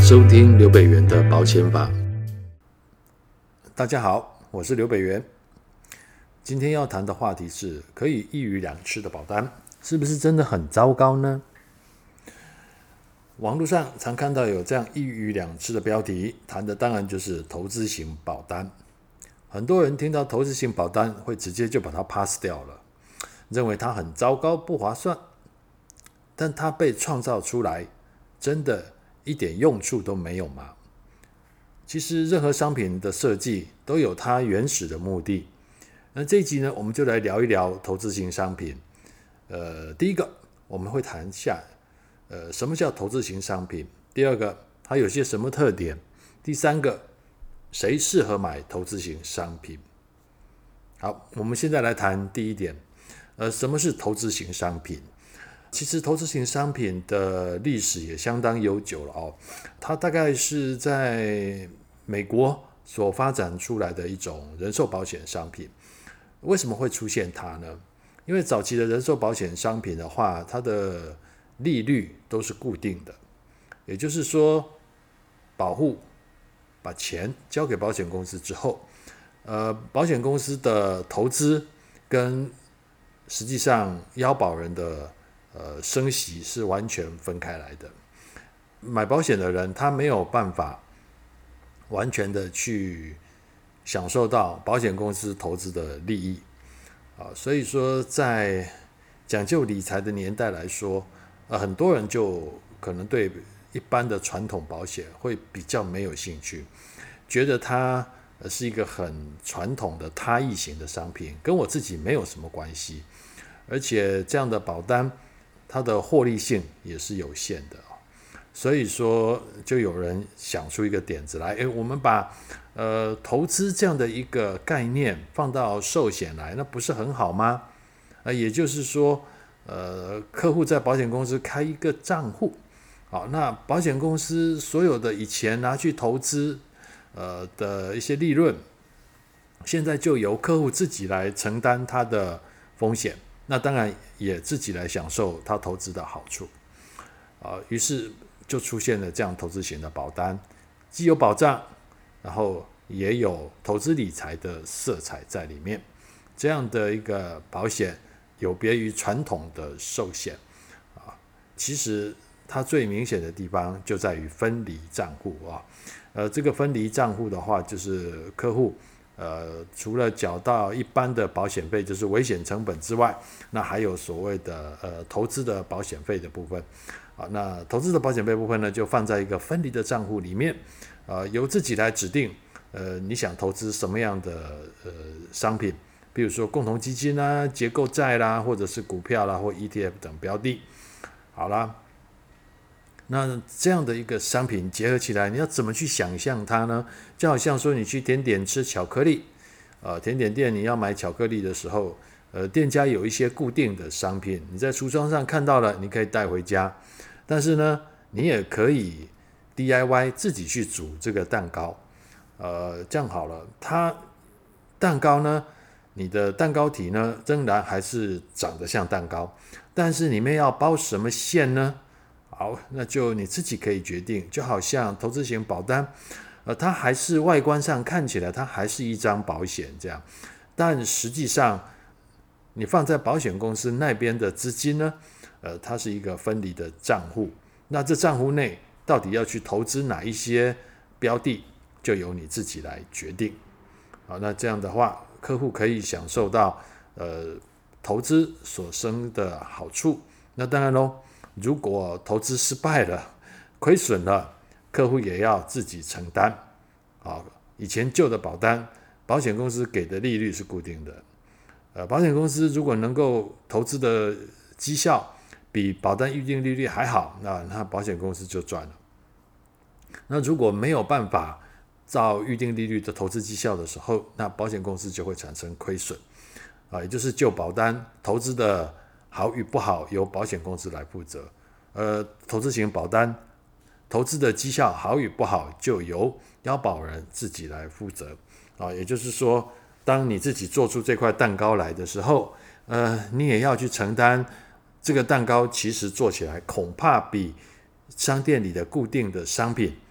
收听刘北元的保险法。大家好，我是刘北元。今天要谈的话题是可以一鱼两吃的保单，是不是真的很糟糕呢？网络上常看到有这样一鱼两吃的标题，谈的当然就是投资型保单。很多人听到投资型保单会直接就把它 pass 掉了，认为它很糟糕不划算。但它被创造出来，真的一点用处都没有吗？其实任何商品的设计都有它原始的目的。那这一集呢，我们就来聊一聊投资型商品。第一个我们会谈一下什么叫投资型商品。第二个，它有些什么特点。第三个，谁适合买投资型商品。好，我们现在来谈第一点。什么是投资型商品？其实投资型商品的历史也相当悠久了哦，它大概是在美国所发展出来的一种人寿保险商品。为什么会出现它呢？因为早期的人寿保险商品的话，它的利率都是固定的，也就是说，把钱交给保险公司之后，保险公司的投资跟实际上要保人的升息是完全分开来的。买保险的人他没有办法完全的去享受到保险公司投资的利益所以说在讲究理财的年代来说，很多人就可能对一般的传统保险会比较没有兴趣，觉得它是一个很传统的他异型的商品，跟我自己没有什么关系，而且这样的保单它的获利性也是有限的，所以说就有人想出一个点子来，我们把投资这样的一个概念放到寿险来，那不是很好吗？也就是说，客户在保险公司开一个账户，好，那保险公司所有的以前拿去投资的一些利润，现在就由客户自己来承担他的风险。那当然也自己来享受他投资的好处于是就出现了这样投资型的保单，既有保障，然后也有投资理财的色彩在里面。这样的一个保险有别于传统的寿险其实它最明显的地方就在于分离账户这个分离账户的话，就是客户除了缴到一般的保险费，就是危险成本之外，那还有所谓的投资的保险费的部分那投资的保险费部分呢，就放在一个分离的账户里面由自己来指定你想投资什么样的商品，比如说共同基金啦、结构债啦，或者是股票啦或 ETF 等标的。好啦，那这样的一个商品结合起来，你要怎么去想象它呢？就好像说你去甜点吃巧克力甜点店你要买巧克力的时候店家有一些固定的商品，你在橱窗上看到了，你可以带回家，但是呢你也可以 DIY 自己去煮这个蛋糕这样好了，它蛋糕呢，你的蛋糕体呢仍然还是长得像蛋糕，但是里面要包什么馅呢？好，那就你自己可以决定。就好像投资型保单它还是外观上看起来它还是一张保险这样，但实际上你放在保险公司那边的资金呢它是一个分离的账户，那这账户内到底要去投资哪一些标的，就由你自己来决定好，那这样的话客户可以享受到投资所生的好处。那当然咯，如果投资失败了，亏损了，客户也要自己承担以前旧的保单，保险公司给的利率是固定的保险公司如果能够投资的绩效比保单预定利率还好，那保险公司就赚了。那如果没有办法照预定利率的投资绩效的时候，那保险公司就会产生亏损也就是旧保单投资的好与不好由保险公司来负责，投资型保单投资的绩效好与不好就由要保人自己来负责也就是说，当你自己做出这块蛋糕来的时候你也要去承担这个蛋糕其实做起来恐怕比商店里的固定的商品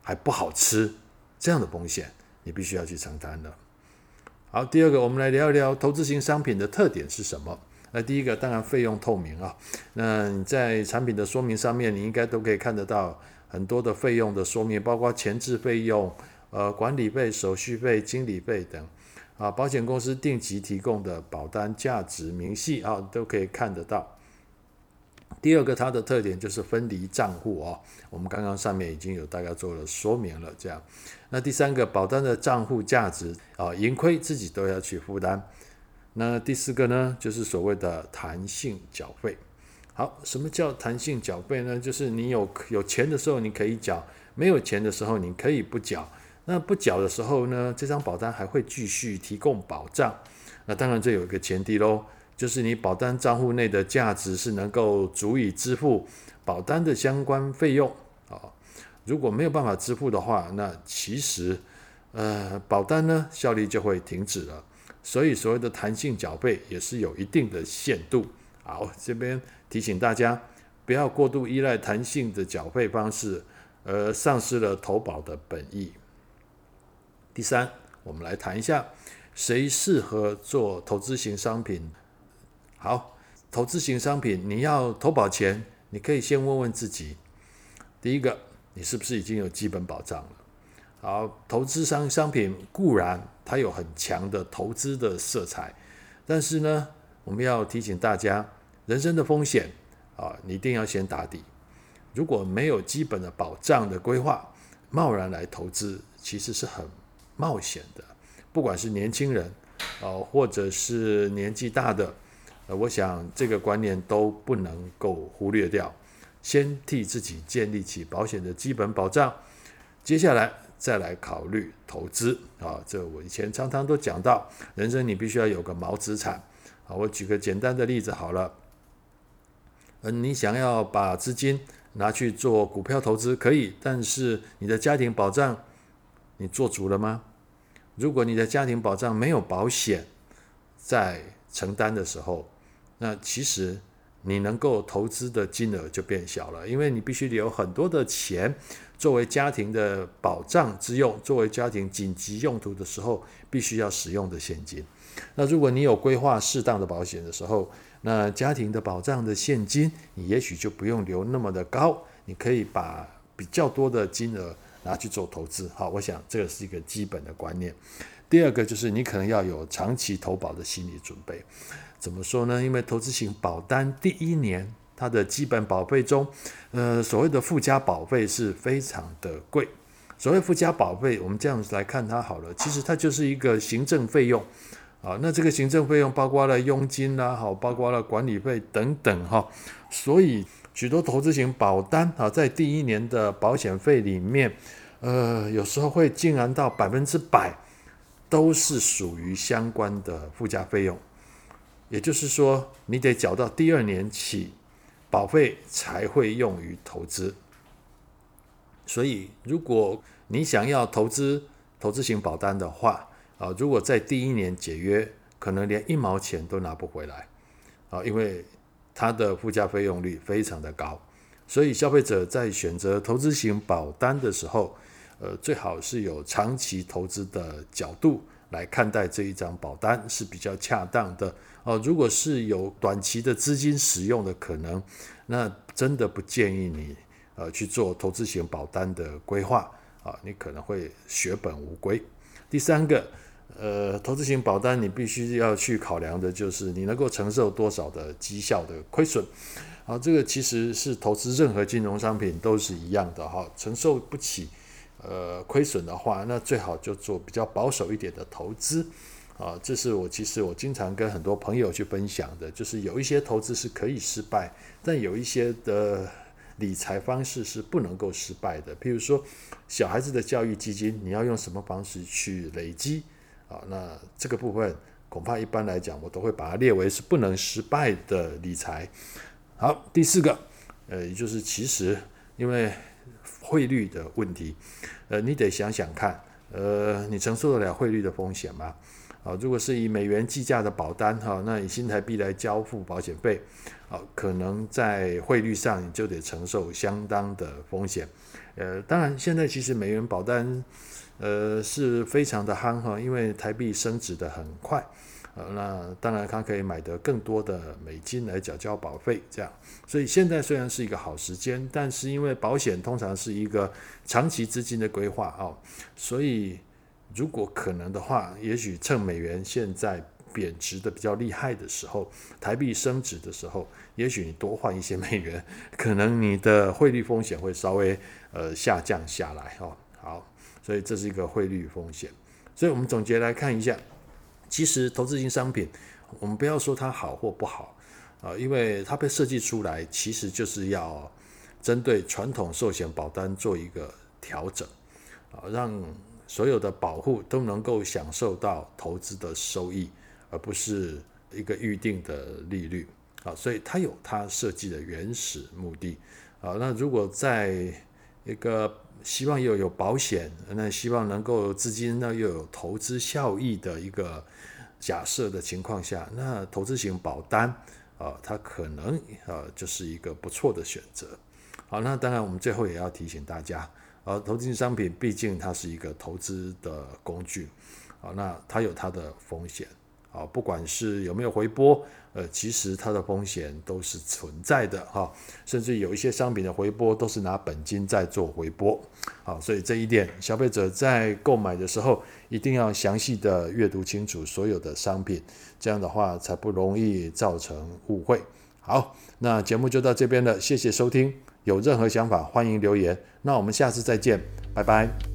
还不好吃，这样的风险你必须要去承担的。好，第二个，我们来聊一聊投资型商品的特点是什么。那第一个当然费用透明啊，那你在产品的说明上面，你应该都可以看得到很多的费用的说明，包括前置费用、管理费、手续费、经理费等啊，保险公司定期提供的保单价值明细啊，都可以看得到。第二个，它的特点就是分离账户哦，我们刚刚上面已经有大概做了说明了，这样。那第三个，保单的账户价值啊，盈亏自己都要去负担。那第四个呢，就是所谓的弹性缴费。好，什么叫弹性缴费呢？就是你有钱的时候你可以缴，没有钱的时候你可以不缴。那不缴的时候呢，这张保单还会继续提供保障。那当然这有一个前提咯，就是你保单账户内的价值是能够足以支付保单的相关费用啊。如果没有办法支付的话，那其实保单呢效力就会停止了。所以所谓的弹性缴费也是有一定的限度。好，这边提醒大家不要过度依赖弹性的缴费方式，而丧失了投保的本意。第三，我们来谈一下谁适合做投资型商品。好，投资型商品你要投保前，你可以先问问自己，第一个，你是不是已经有基本保障了？好，投资商品固然它有很强的投资的色彩，但是呢，我们要提醒大家，人生的风险啊，你一定要先打底。如果没有基本的保障的规划，贸然来投资，其实是很冒险的。不管是年轻人或者是年纪大的，我想这个观念都不能够忽略掉。先替自己建立起保险的基本保障，接下来再来考虑投资啊，这我以前常常都讲到，人生你必须要有个毛资产啊。我举个简单的例子好了，你想要把资金拿去做股票投资可以，但是你的家庭保障你做足了吗？如果你的家庭保障没有保险在承担的时候，那其实你能够投资的金额就变小了，因为你必须有很多的钱作为家庭的保障之用，作为家庭紧急用途的时候必须要使用的现金。那如果你有规划适当的保险的时候，那家庭的保障的现金你也许就不用留那么的高，你可以把比较多的金额拿去做投资。好，我想这个是一个基本的观念。第二个就是你可能要有长期投保的心理准备。怎么说呢？因为投资型保单第一年它的基本保费中，所谓的附加保费是非常的贵。所谓附加保费，我们这样子来看它好了，其实它就是一个行政费用啊。那这个行政费用包括了佣金啦，好，包括了管理费等等哈。所以许多投资型保单啊，在第一年的保险费里面，有时候会竟然到100%都是属于相关的附加费用。也就是说，你得缴到第2年起，保费才会用于投资。所以，如果你想要投资型保单的话，如果在第1年解约，可能连1毛钱都拿不回来，因为它的附加费用率非常的高。所以，消费者在选择投资型保单的时候，最好是有长期投资的角度来看待这一张保单是比较恰当的。如果是有短期的资金使用的可能，那真的不建议你去做投资型保单的规划你可能会血本无归。第三个，投资型保单你必须要去考量的就是你能够承受多少的绩效的亏损。这个其实是投资任何金融商品都是一样的承受不起亏损的话，那最好就做比较保守一点的投资。这是我经常跟很多朋友去分享的，就是有一些投资是可以失败，但有一些的理财方式是不能够失败的。譬如说小孩子的教育基金，你要用什么方式去累积那这个部分恐怕一般来讲我都会把它列为是不能失败的理财。好，第4个也就是其实因为汇率的问题，你得想想看你承受得了汇率的风险吗？ 如果是以美元计价的保单那以新台币来交付保险费可能在汇率上你就得承受相当的风险。当然现在其实美元保单是非常的夯因为台币升值的很快。那当然它可以买得更多的美金来缴交保费，这样，所以现在虽然是一个好时间，但是因为保险通常是一个长期资金的规划所以如果可能的话，也许趁美元现在贬值的比较厉害的时候，台币升值的时候，也许你多换一些美元，可能你的汇率风险会稍微下降下来好，所以这是一个汇率风险。所以我们总结来看一下。其实投资型商品，我们不要说它好或不好因为它被设计出来，其实就是要针对传统寿险保单做一个调整让所有的保护都能够享受到投资的收益，而不是一个预定的利率所以它有它设计的原始目的那如果在一个希望又有保险，那希望能够资金呢又有投资效益的一个假设的情况下，那投资型保单它可能就是一个不错的选择。好，那当然我们最后也要提醒大家投资型商品毕竟它是一个投资的工具那它有它的风险不管是有没有回拨其实它的风险都是存在的甚至有一些商品的回拨都是拿本金在做回拨所以这一点消费者在购买的时候一定要详细的阅读清楚所有的商品，这样的话才不容易造成误会。好，那节目就到这边了，谢谢收听，有任何想法欢迎留言，那我们下次再见，拜拜。